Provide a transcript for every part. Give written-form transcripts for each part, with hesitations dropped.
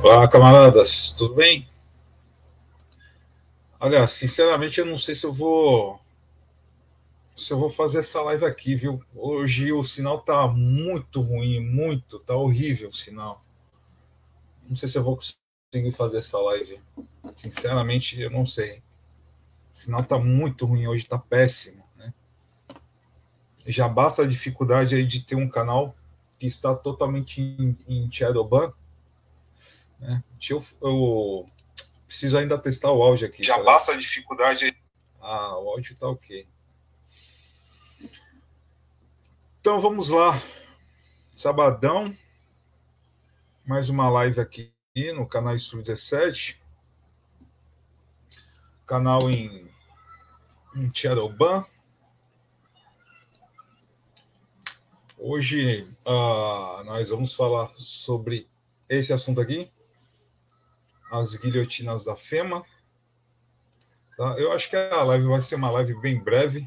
Olá, camaradas, tudo bem? Olha, sinceramente, eu não sei se eu vou fazer essa live aqui, viu? Hoje o sinal tá muito ruim, tá horrível o sinal. Não sei se eu vou conseguir fazer essa live. Sinceramente, eu não sei. O sinal tá muito ruim hoje, tá péssimo, né? Já basta a dificuldade aí de ter um canal que está totalmente em Shadowban, né? Eu preciso ainda testar o áudio aqui. Já basta a dificuldade. Ah, o áudio tá ok. Então vamos lá. Sabadão, mais uma live aqui no canal Estúdio 17, canal em Shadowban. Hoje nós vamos falar sobre esse assunto aqui, as guilhotinas da FEMA. Tá? Eu acho que a live vai ser uma live bem breve.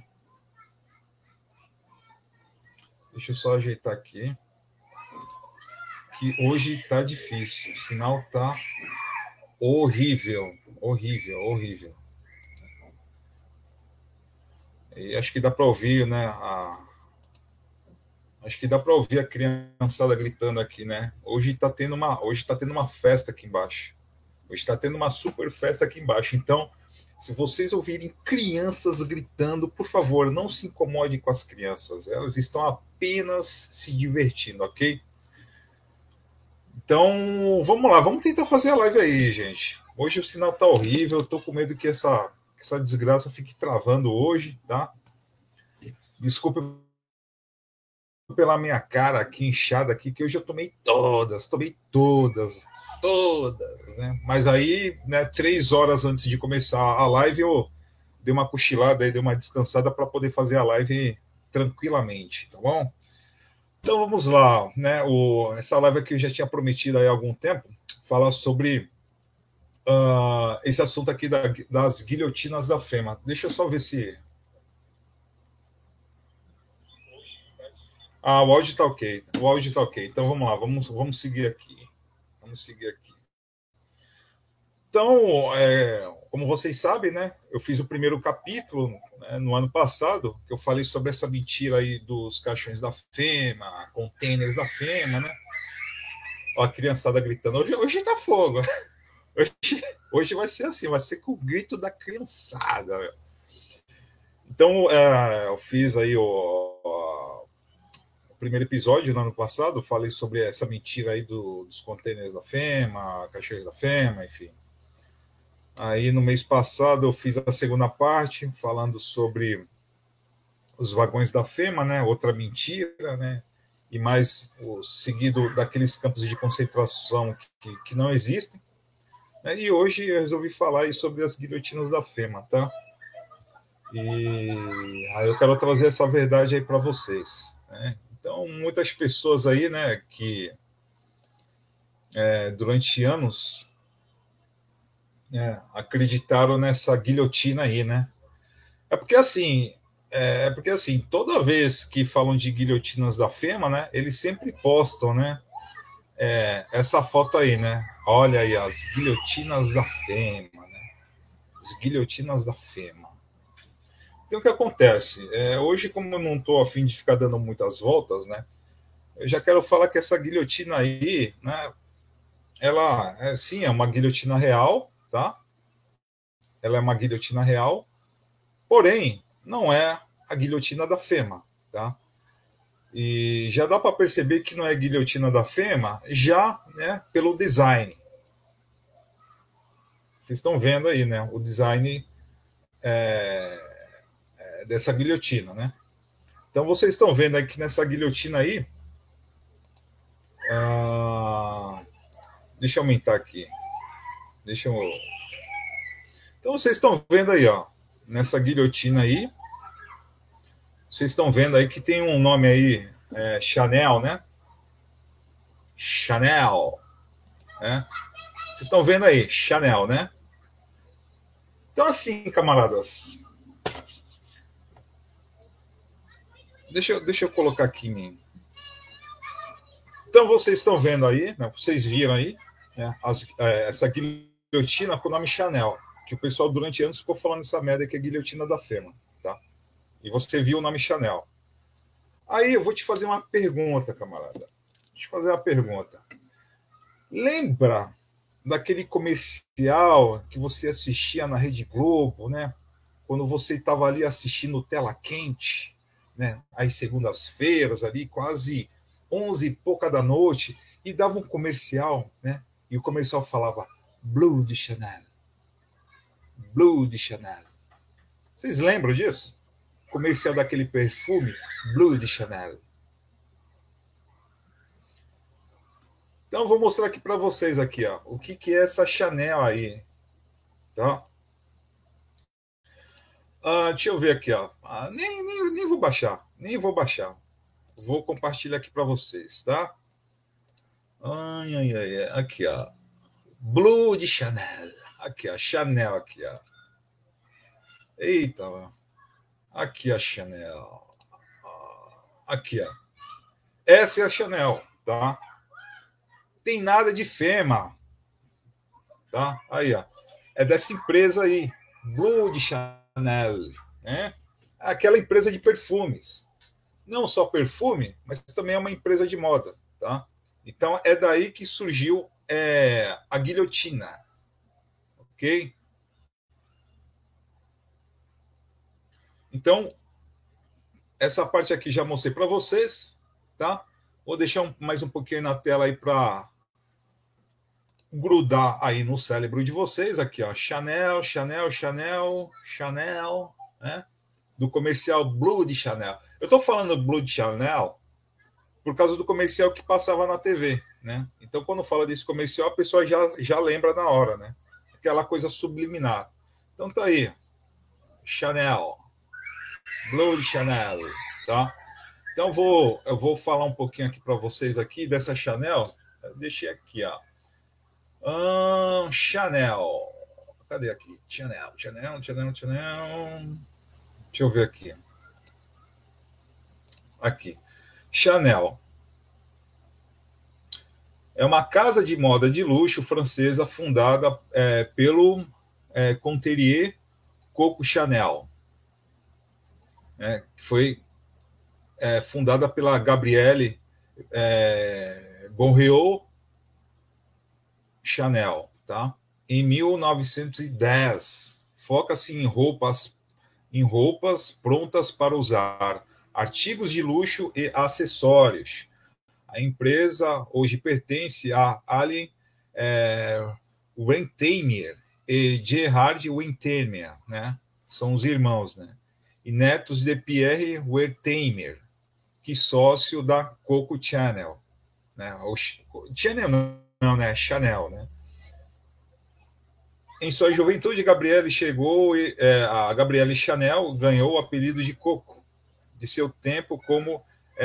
Deixa eu só ajeitar aqui, que hoje tá difícil, o sinal tá horrível, horrível, horrível. E acho que dá para ouvir, né, acho que dá para ouvir a criançada gritando aqui, né? Hoje tá tendo uma festa aqui embaixo. Hoje está tendo uma super festa aqui embaixo. Então, se vocês ouvirem crianças gritando, por favor, não se incomodem com as crianças. Elas estão apenas se divertindo, ok? Então, vamos lá, vamos tentar fazer a live aí, gente. Hoje o sinal tá horrível, eu tô com medo que essa desgraça fique travando hoje, tá? Desculpa pela minha cara aqui inchada aqui, que hoje eu tomei todas, né? Mas aí, né, 3 horas antes de começar a live, eu dei uma cochilada e dei uma descansada para poder fazer a live tranquilamente, tá bom? Então vamos lá, né? Essa live aqui eu já tinha prometido aí há algum tempo falar sobre esse assunto aqui das guilhotinas da FEMA. Deixa eu só ver se. Ah, o áudio tá ok. O áudio tá ok. Então vamos lá, vamos seguir aqui. Vamos seguir aqui. Então, como vocês sabem, né, eu fiz o primeiro capítulo, né, no ano passado, que eu falei sobre essa mentira aí dos caixões da FEMA, containers da FEMA, né? Ó, a criançada gritando. Hoje tá fogo. Hoje vai ser assim, vai ser com o grito da criançada. Então, eu fiz aí o primeiro episódio no ano passado, falei sobre essa mentira aí dos containers da FEMA, caixões da FEMA, enfim. Aí no mês passado eu fiz a segunda parte, falando sobre os vagões da FEMA, né? Outra mentira, né? E mais o seguido daqueles campos de concentração que não existem. Né? E hoje eu resolvi falar aí sobre as guilhotinas da FEMA, tá? E aí eu quero trazer essa verdade aí para vocês. Né? Então, muitas pessoas aí, né, que durante anos acreditaram nessa guilhotina aí, né? É porque assim, toda vez que falam de guilhotinas da FEMA, né, eles sempre postam, né, essa foto aí, né? Olha aí as guilhotinas da FEMA, né? As guilhotinas da FEMA. Então o que acontece? Hoje, como eu não estou a fim de ficar dando muitas voltas, né? Eu já quero falar que essa guilhotina aí, né? Ela, sim, é uma guilhotina real, tá? Ela é uma guilhotina real, porém não é a guilhotina da FEMA, tá? E já dá para perceber que não é guilhotina da FEMA, já, né, pelo design. Vocês estão vendo aí, né, o design dessa guilhotina, né? Então vocês estão vendo aí que nessa guilhotina aí, deixa eu aumentar aqui, deixa eu. Então vocês estão vendo aí, ó, nessa guilhotina aí, vocês estão vendo aí que tem um nome aí, Chanel, né? Chanel, né? Vocês estão vendo aí, Chanel, né? Então assim, camaradas, deixa eu colocar aqui em mim. Então vocês estão vendo aí, né? Vocês viram aí, né? Essa guilhotina com o nome Chanel, que o pessoal durante anos ficou falando essa merda que é guilhotina da Fema, tá? E você viu o nome Chanel. Aí eu vou te fazer uma pergunta, camarada. Vou te fazer uma pergunta. Lembra daquele comercial que você assistia na Rede Globo, né? Quando você estava ali assistindo Tela Quente, né? Às segundas-feiras, ali, quase 11 e pouca da noite, e dava um comercial, né? E o comercial falava Blue de Chanel. Blue de Chanel. Vocês lembram disso? Comercial daquele perfume Blue de Chanel. Então eu vou mostrar aqui para vocês aqui, ó, o que é essa Chanel aí, tá? Deixa eu ver aqui, ó. Nem vou baixar, nem vou baixar. Vou compartilhar aqui para vocês, tá? Ai, aqui, ó. Blue de Chanel. Aqui, ó, Chanel aqui, ó. Eita, aqui a Chanel. Aqui, ó. Essa é a Chanel, tá? Tem nada de Fema, tá? Aí, ó. É dessa empresa aí, Blue de Chanel, né? Aquela empresa de perfumes. Não só perfume, mas também é uma empresa de moda, tá? Então é daí que surgiu a guilhotina, ok? Então essa parte aqui já mostrei para vocês, tá? Vou deixar mais um pouquinho na tela aí para grudar aí no cérebro de vocês. Aqui, ó, Chanel, Chanel, Chanel, Chanel, né? Do comercial Blue de Chanel. Eu tô falando Blue de Chanel por causa do comercial que passava na TV, né? Então, quando fala desse comercial, a pessoa já lembra na hora, né? Aquela coisa subliminar. Então tá aí, Chanel, Blue de Chanel, tá? Então eu vou falar um pouquinho aqui para vocês aqui dessa Chanel. Eu deixei aqui, ó. Chanel. Cadê aqui? Chanel. Deixa eu ver aqui. Aqui. Chanel. É uma casa de moda de luxo francesa fundada pelo Couturier Coco Chanel. Que foi fundada pela Gabrielle Bonriot Chanel, tá? Em 1910. Foca-se em roupas prontas para usar, artigos de luxo e acessórios. A empresa hoje pertence a Alain Wertheimer e Gerhard Wertheimer, né? São os irmãos, né? E netos de Pierre Wertheimer, que sócio da Coco Chanel, né? Chanel não, né? Chanel, né? Em sua juventude, Gabrielle a Gabrielle Chanel ganhou o apelido de Coco de seu tempo como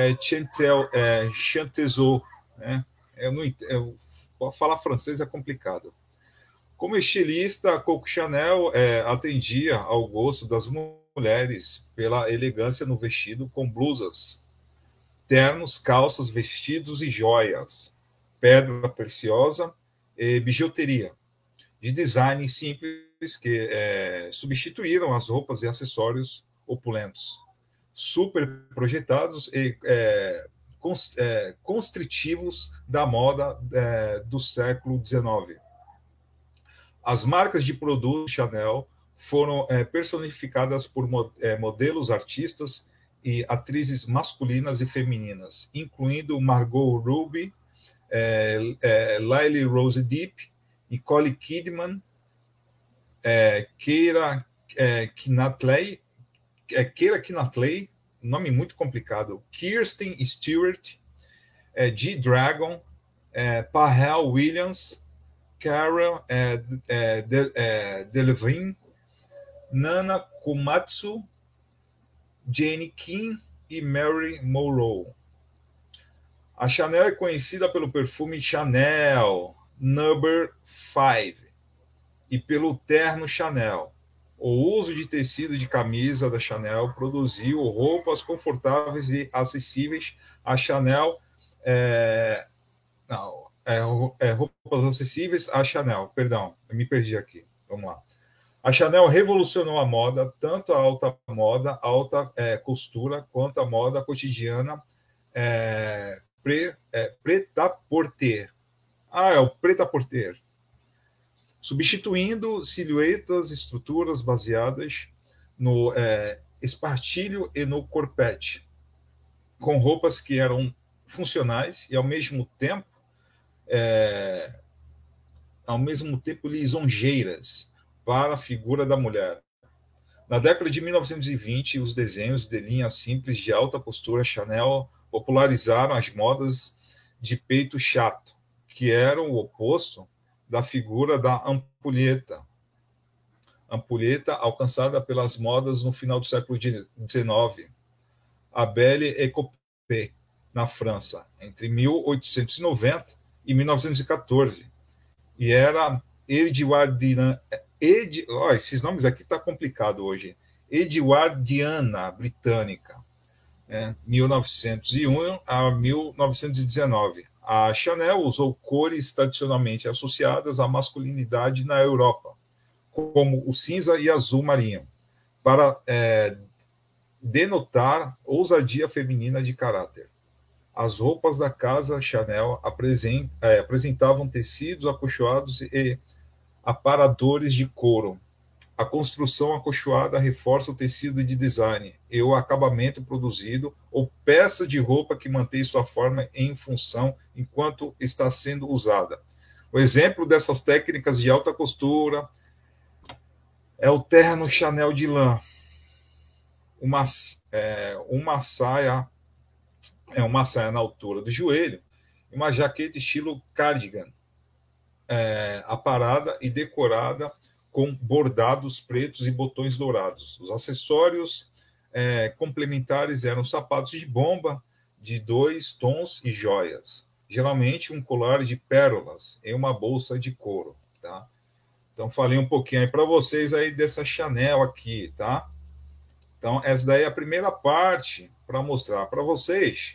Chantezeau, né? Falar francês é complicado. Como estilista, Coco Chanel atendia ao gosto das mulheres pela elegância no vestido, com blusas, ternos, calças, vestidos e joias, pedra preciosa e bijuteria, de design simples que substituíram as roupas e acessórios opulentos, super projetados e constritivos da moda do século XIX. As marcas de produtos Chanel foram personificadas por modelos, artistas e atrizes masculinas e femininas, incluindo Margot Robbie, Lily Rose Depp, Nicole Kidman, Keira Knightley, nome muito complicado, Kirsten Stewart, G-Dragon, Pharrell Williams, Cara Delevingne, Nana Komatsu, Jane Kim e Mary Monroe. A Chanel é conhecida pelo perfume Chanel Number 5 e pelo terno Chanel. O uso de tecido de camisa da Chanel produziu roupas confortáveis e acessíveis. A Chanel roupas acessíveis, a Chanel, perdão, eu me perdi aqui, vamos lá. A Chanel revolucionou a moda, tanto a alta moda, a alta costura, quanto a moda cotidiana prêt-à-porter. É o prêt-à-porter. Substituindo silhuetas, estruturas baseadas no espartilho e no corpete, com roupas que eram funcionais e, ao mesmo tempo lisonjeiras para a figura da mulher. Na década de 1920, os desenhos de linhas simples de alta postura Chanel popularizaram as modas de peito chato, que eram o oposto da figura da ampulheta. Ampulheta alcançada pelas modas no final do século XIX. A Belle Écope, na França, entre 1890 e 1914. E era Edwardiana. Esses nomes aqui tá complicado hoje. Edwardiana britânica, 1901 a 1919. A Chanel usou cores tradicionalmente associadas à masculinidade na Europa, como o cinza e azul marinho, para denotar ousadia feminina de caráter. As roupas da casa Chanel apresentavam tecidos acolchoados e aparadores de couro. A construção acolchoada reforça o tecido de design e o acabamento produzido ou peça de roupa que mantém sua forma em função enquanto está sendo usada. O exemplo dessas técnicas de alta costura é o terno Chanel de lã, uma saia na altura do joelho, uma jaqueta estilo cardigan, aparada e decorada com bordados pretos e botões dourados. Os acessórios complementares eram sapatos de bomba de 2 tons e joias, geralmente um colar de pérolas e uma bolsa de couro, tá? Então falei um pouquinho aí para vocês aí dessa Chanel aqui, tá? Então essa daí é a primeira parte para mostrar para vocês.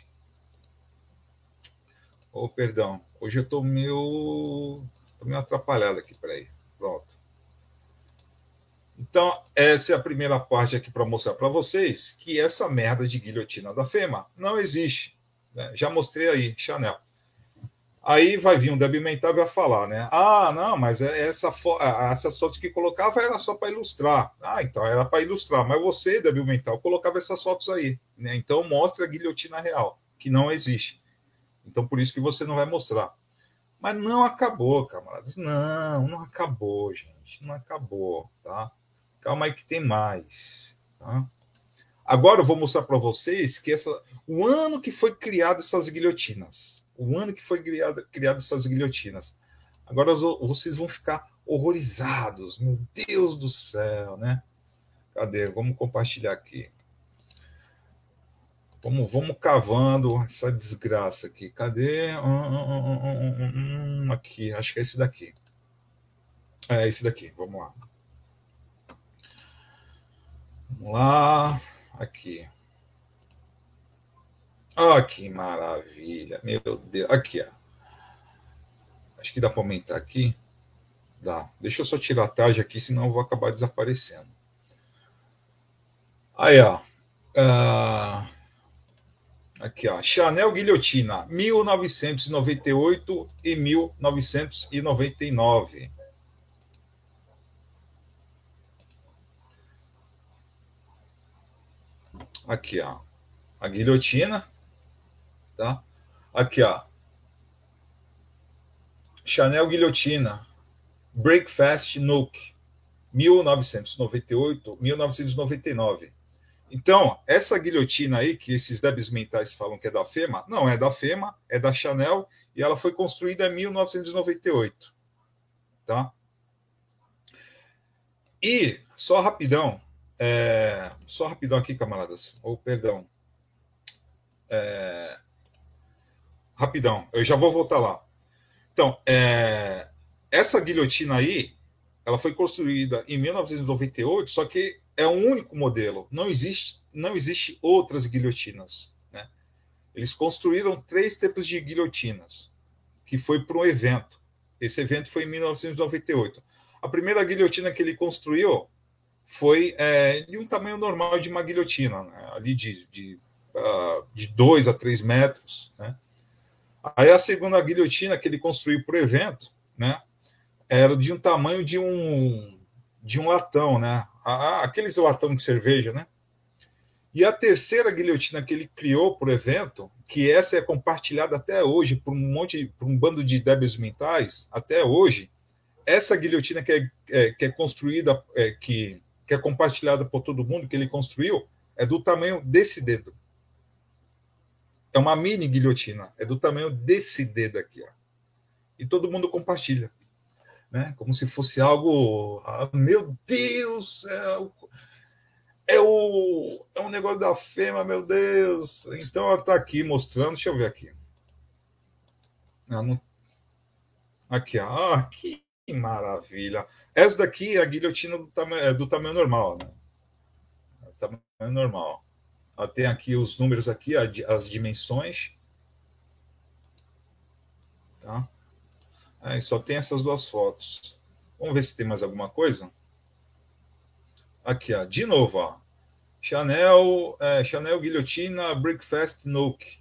Perdão, hoje eu estou meio atrapalhado aqui, peraí, pronto. Então, essa é a primeira parte aqui para mostrar para vocês que essa merda de guilhotina da Fema não existe. Né? Já mostrei aí, Chanel. Aí vai vir um débil mental e vai falar, né? Não, mas essas fotos que colocava era só para ilustrar. Então era para ilustrar. Mas você, débil mental, colocava essas fotos aí. Né? Então mostra a guilhotina real, que não existe. Então por isso que você não vai mostrar. Mas não acabou, camaradas. Não acabou, gente. Não acabou, tá? Calma aí que tem mais, tá? Agora eu vou mostrar para vocês que o ano que foi criado essas guilhotinas. O ano que foi criado essas guilhotinas. Agora vocês vão ficar horrorizados. Meu Deus do céu, né? Cadê? Vamos compartilhar aqui. Vamos cavando essa desgraça aqui. Cadê? Aqui, acho que é esse daqui. É esse daqui, vamos lá. Vamos lá. Aqui. Que maravilha. Meu Deus. Aqui, ó. Acho que dá para aumentar aqui. Dá. Deixa eu só tirar a tarja aqui, senão eu vou acabar desaparecendo. Aí, ó. Aqui, ó. Chanel Guilhotina, 1998 e 1999. Aqui, ó. A guilhotina. Tá? Aqui, ó. Chanel Guilhotina, Breakfast Nook, 1998, 1999. Então, essa guilhotina aí, que esses débeis mentais falam que é da Fema, não é da Fema, é da Chanel, e ela foi construída em 1998. Tá? E, só rapidão aqui, camaradas, perdão. Rapidão, eu já vou voltar lá. Então, essa guilhotina aí, ela foi construída em 1998, só que é um único modelo. Não existe outras guilhotinas. Né? Eles construíram 3 tipos de guilhotinas. que foi para um evento. Esse evento foi em 1998. A primeira guilhotina que ele construiu foi de um tamanho normal de uma guilhotina, né? Ali de 2 a 3 metros. Né? Aí a segunda guilhotina que ele construiu para o evento, né, era de um tamanho de um latão, né? Aqueles latão de cerveja, né? E a terceira guilhotina que ele criou para o evento, que essa é compartilhada até hoje por um bando de débeis mentais, até hoje, essa guilhotina que é construída, que é compartilhada por todo mundo, que ele construiu, é do tamanho desse dedo. É uma mini guilhotina, é do tamanho desse dedo aqui, ó. E todo mundo compartilha, né? Como se fosse algo, meu Deus, é um negócio da fema, meu Deus. Então ela está aqui mostrando, deixa eu ver aqui. Aqui, ó, que maravilha. Essa daqui é a guilhotina do tamanho normal, né? Tamanho normal. Ela tem aqui os números aqui, as dimensões. Tá? Só tem essas duas fotos. Vamos ver se tem mais alguma coisa. Aqui, ó, de novo, ó. Chanel Guilhotina Breakfast Nook,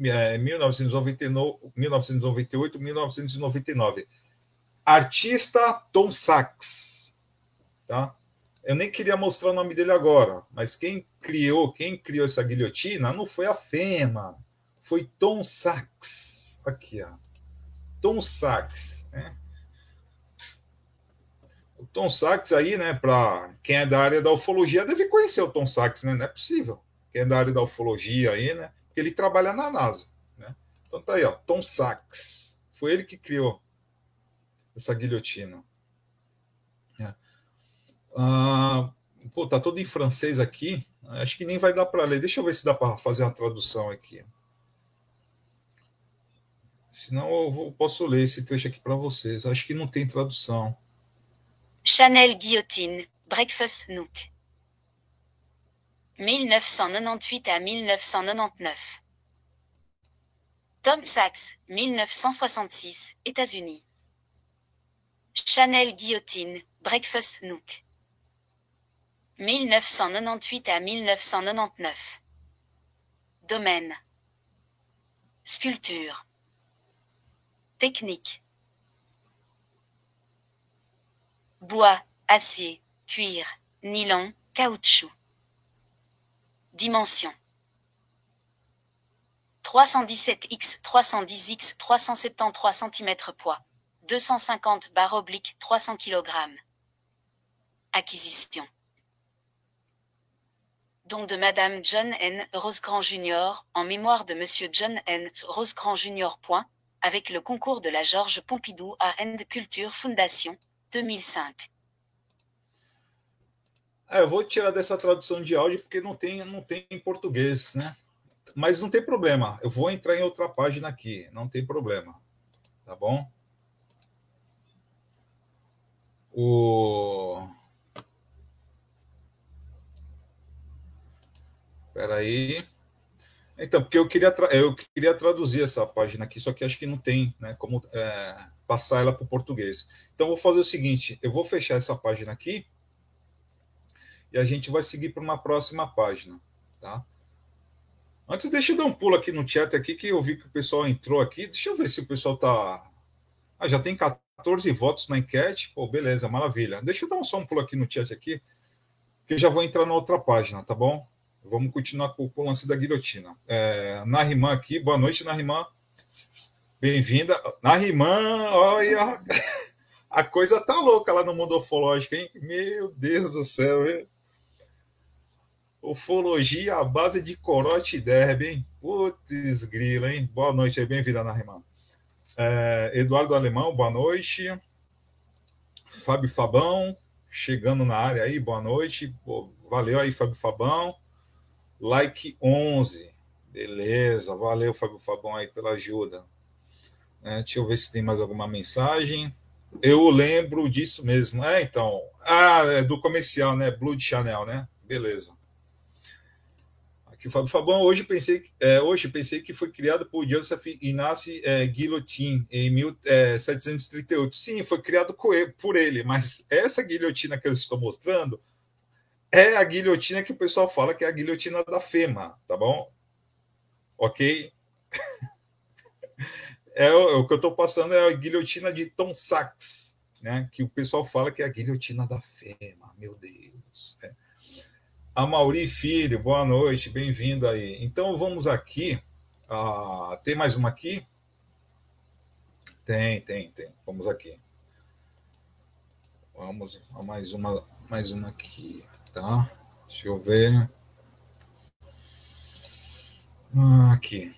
1998, 1999. Artista Tom Sachs. Tá? Eu nem queria mostrar o nome dele agora, mas quem criou essa guilhotina não foi a Fema, foi Tom Sachs. Aqui, ó. Tom Sachs, né? O Tom Sachs aí, né, para quem é da área da ufologia, deve conhecer o Tom Sachs, né? Não é possível. Quem é da área da ufologia aí, né? Porque ele trabalha na NASA, né? Então tá aí, ó, Tom Sachs. Foi ele que criou essa guilhotina. Tá todo em francês aqui. Acho que nem vai dar para ler. Deixa eu ver se dá para fazer uma tradução aqui. Senão eu posso ler esse trecho aqui para vocês. Acho que não tem tradução. Chanel Guillotine, Breakfast Nook. 1998 à 1999. Tom Sachs, 1966, États-Unis. Chanel Guillotine, Breakfast Nook. 1998 à 1999. Domaine. Sculpture. Technique. Bois, acier, cuir, nylon, caoutchouc. Dimension. 317 x 310 x 373 cm poids. 250/300 kg. Acquisition. Don de Madame John N. Rosecrans Jr. en mémoire de Monsieur John N. Rosecrans Jr. avec le concours de la Georges Pompidou Art and Culture Foundation, 2005. Eu vou tirar dessa tradução de áudio porque não tem em português, né? Mas não tem problema. Eu vou entrar em outra página aqui. Não tem problema. Tá bom? Espera aí. Então, porque eu queria traduzir essa página aqui, só que acho que não tem, né, como passar ela para o português. Então, eu vou fazer o seguinte, eu vou fechar essa página aqui e a gente vai seguir para uma próxima página, tá? Antes, deixa eu dar um pulo aqui no chat aqui, que eu vi que o pessoal entrou aqui. Deixa eu ver se o pessoal tá... já tem 14 votos na enquete. Pô, beleza, maravilha. Deixa eu dar só um pulo aqui no chat aqui, que eu já vou entrar na outra página, tá bom? Vamos continuar com o lance da guilhotina. Nariman aqui, boa noite, Nariman. Bem-vinda. Nariman, olha, a coisa tá louca lá no mundo ufológico, hein? Meu Deus do céu, hein? Ufologia à base de corote e derby, hein? Putz, grila, hein? Boa noite aí, bem-vinda, Nariman. Eduardo Alemão, boa noite. Fábio Fabão, chegando na área aí, boa noite. Pô, valeu aí, Fábio Fabão. Like 11. Beleza, valeu, Fábio Fabão, aí pela ajuda. Deixa eu ver se tem mais alguma mensagem. Eu lembro disso mesmo. É do comercial, né? Blue de Chanel, né? Beleza. Aqui, Fábio Fabão, hoje pensei que foi criado por Joseph Ignace Guillotin em 1738. Sim, foi criado por ele, mas essa guilhotina que eu estou mostrando é a guilhotina que o pessoal fala que é a guilhotina da Fema, tá bom? Ok? O que eu estou passando é a guilhotina de Tom Sachs, né? Que o pessoal fala que é a guilhotina da Fema, meu Deus. Né? A Mauri Filho, boa noite, bem-vindo aí. Então vamos aqui. Tem mais uma aqui? Tem. Vamos aqui. Vamos a mais uma aqui, tá? Deixa eu ver. Aqui.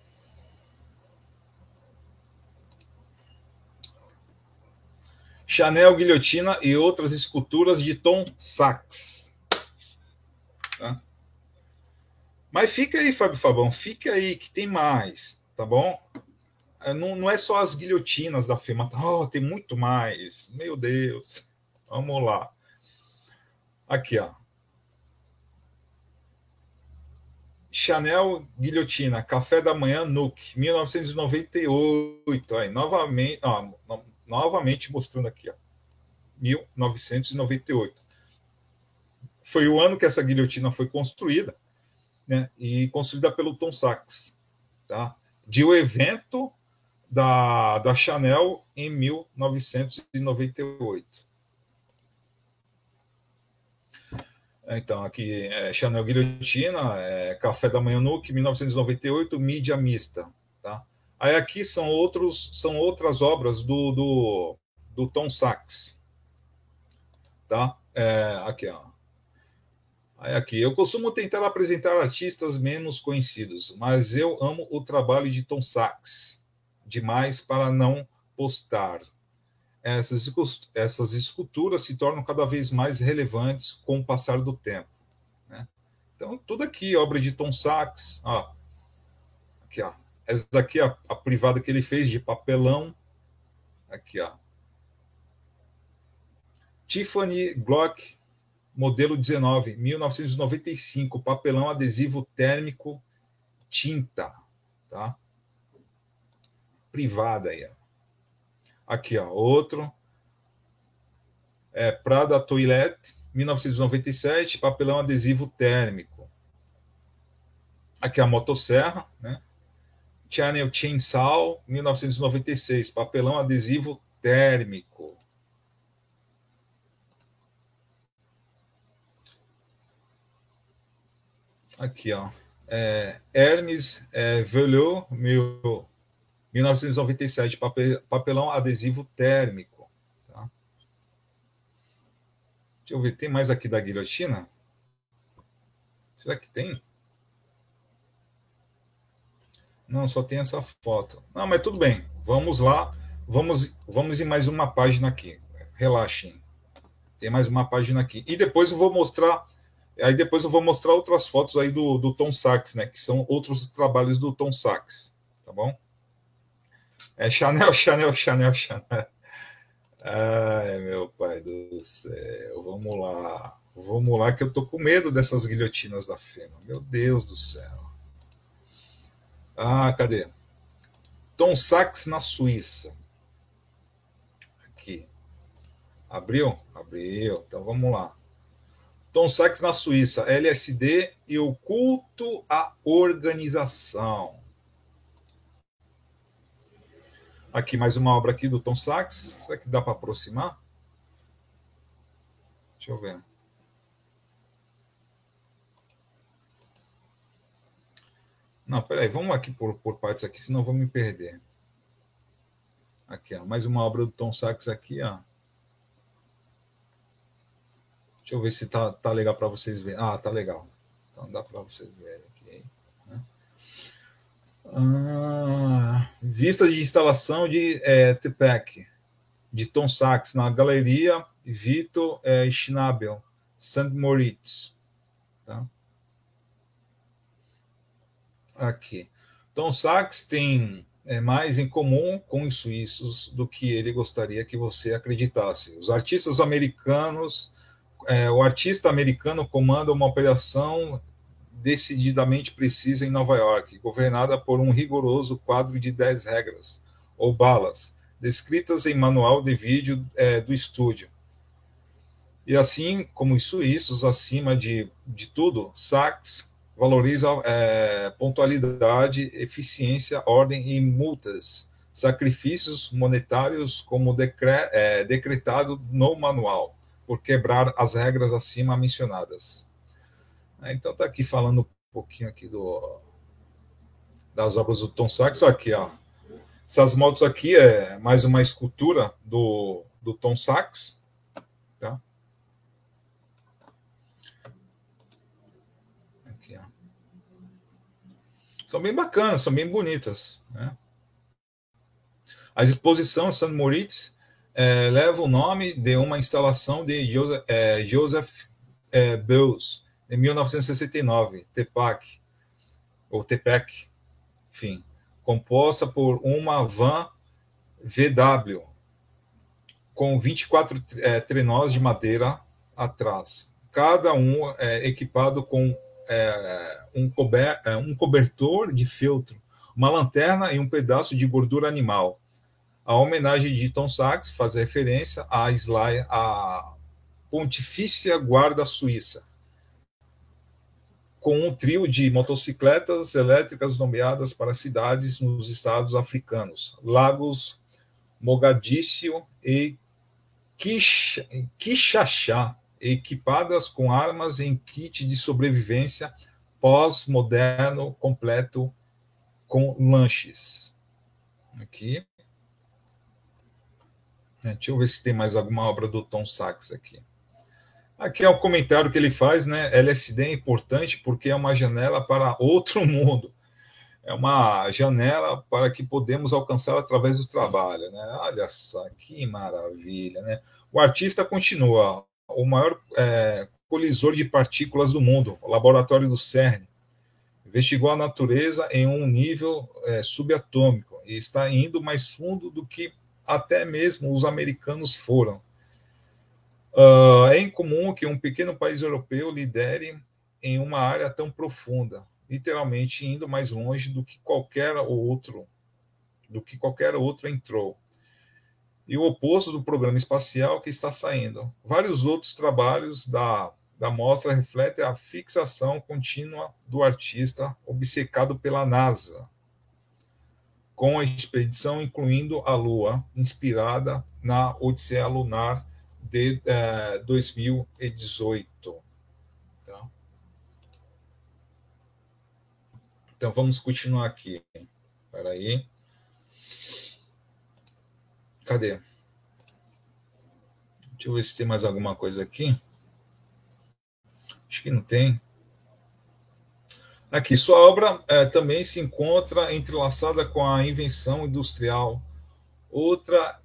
Chanel, guilhotina e outras esculturas de Tom Sachs. Tá? Mas fica aí, Fábio Fabão, fica aí que tem mais, tá bom? Não é só as guilhotinas da Fema, tem muito mais. Meu Deus. Vamos lá. Aqui, ó. Chanel, guilhotina, café da manhã, Nuke, 1998. Aí, novamente mostrando aqui, ó. 1998. Foi o ano que essa guilhotina foi construída, né? E construída pelo Tom Sachs, tá? De um evento da Chanel em 1998. Então, aqui Chanel Guilhotina, Café da Manhã Nuke, 1998, mídia mista. Tá? Aí aqui são outras obras do Tom Sachs. Tá? Aqui, ó. Aí aqui, eu costumo tentar apresentar artistas menos conhecidos, mas eu amo o trabalho de Tom Sachs demais para não postar. Essas esculturas se tornam cada vez mais relevantes com o passar do tempo. Né? Então, tudo aqui, obra de Tom Sachs. Aqui, ó. Essa daqui é a privada que ele fez de papelão. Aqui, ó. Tiffany Glock, modelo 19, 1995, papelão adesivo térmico, tinta. Tá? Privada aí, ó. Aqui, ó, outro. Prada Toilette, 1997, papelão adesivo térmico. Aqui a motosserra, né? Channel Chainsaw, 1996, papelão adesivo térmico. Aqui, ó. Hermes Velour, 1997, papelão adesivo térmico. Tá? Deixa eu ver, tem mais aqui da guilhotina? Será que tem? Não, só tem essa foto. Não, mas tudo bem. Vamos lá. Vamos em mais uma página aqui. Relaxem. Tem mais uma página aqui. E depois eu vou mostrar. Aí depois eu vou mostrar outras fotos aí do Tom Sachs, né? Que são outros trabalhos do Tom Sachs. Tá bom? Chanel. Ai, meu pai do céu. Vamos lá, que eu tô com medo dessas guilhotinas da Fema. Meu Deus do céu. Cadê? Tom Sachs na Suíça. Aqui. Abriu? Abriu. Então vamos lá. Tom Sachs na Suíça. LSD e o culto à organização. Aqui mais uma obra aqui do Tom Sachs. Será que dá para aproximar? Deixa eu ver. Não, peraí, vamos aqui por partes aqui, senão eu vou me perder. Aqui, ó, mais uma obra do Tom Sachs aqui, ó. Deixa eu ver se tá legal para vocês verem. Tá legal. Então dá para vocês verem aqui. Né? Vista de instalação de TPEC, de Tom Sachs, na Galeria Vito Schnabel, St. Moritz. Tá? Aqui. Tom Sachs tem mais em comum com os suíços do que ele gostaria que você acreditasse. Os artistas americanos, o artista americano comanda uma operação decididamente precisa em Nova York, governada por um rigoroso quadro de 10 regras, ou balas, descritas em manual de vídeo do estúdio. E assim como os suíços, acima de tudo, Sachs valoriza pontualidade, eficiência, ordem e multas, sacrifícios monetários como decretado no manual, por quebrar as regras acima mencionadas. Então está aqui falando um pouquinho aqui das obras do Tom Sachs. Aqui, ó. Essas motos aqui é mais uma escultura do Tom Sachs, tá? Aqui, ó. São bem bacanas, são bem bonitas, né? A exposição St. Moritz leva o nome de uma instalação de Joseph Beuys, em 1969, TPAC, ou TPEC, enfim, composta por uma van VW, com 24 trenós de madeira atrás, cada um equipado com um cobertor de feltro, uma lanterna e um pedaço de gordura animal. A homenagem de Tom Sachs faz referência à SLAI, a Pontifícia Guarda Suíça, com um trio de motocicletas elétricas nomeadas para cidades nos estados africanos, Lagos, Mogadíscio e Kinshasa, equipadas com armas em kit de sobrevivência pós-moderno completo com lanches. Aqui. Deixa eu ver se tem mais alguma obra do Tom Sachs aqui. Aqui é o comentário que ele faz, né? LSD é importante porque é uma janela para outro mundo. É uma janela para que podemos alcançar através do trabalho, né? Olha só, que maravilha, né? O artista continua. O maior colisor de partículas do mundo, o laboratório do CERN, investigou a natureza em um nível subatômico e está indo mais fundo do que até mesmo os americanos foram. É incomum que um pequeno país europeu lidere em uma área tão profunda, literalmente indo mais longe do que qualquer outro entrou. E o oposto do programa espacial que está saindo. Vários outros trabalhos da mostra refletem a fixação contínua do artista obcecado pela NASA, com a expedição incluindo a Lua, inspirada na Odisseia Lunar de 2018. Tá? Então, vamos continuar aqui. Espera aí. Cadê? Deixa eu ver se tem mais alguma coisa aqui. Acho que não tem. Aqui, sua obra também se encontra entrelaçada com a invenção industrial, outra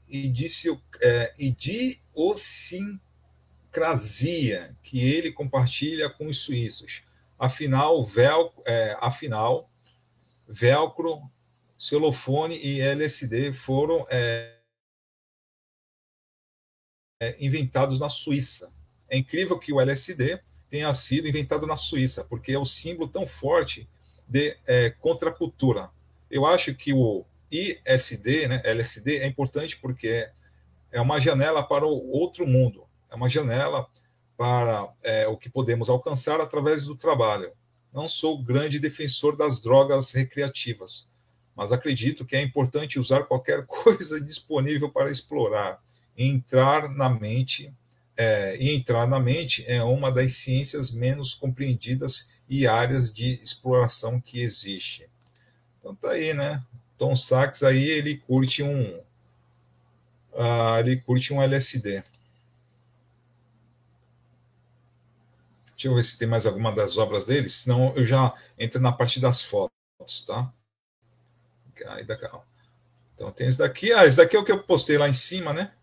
idiosincrasia que ele compartilha com os suíços. Afinal, velcro, celofone e LSD foram inventados na Suíça. É incrível que o LSD tenha sido inventado na Suíça, porque é um símbolo tão forte de contracultura. Eu acho que o ISD, né, LSD, é importante porque é uma janela para o outro mundo, é uma janela para o que podemos alcançar através do trabalho. Não sou grande defensor das drogas recreativas, mas acredito que é importante usar qualquer coisa disponível para explorar e entrar na mente. Entrar na mente é uma das ciências menos compreendidas e áreas de exploração que existe. Então tá aí, né? Tom Sachs aí ele curte um LSD. Deixa eu ver se tem mais alguma das obras dele, senão eu já entro na parte das fotos, tá? Então tem esse daqui. Esse daqui é o que eu postei lá em cima, né?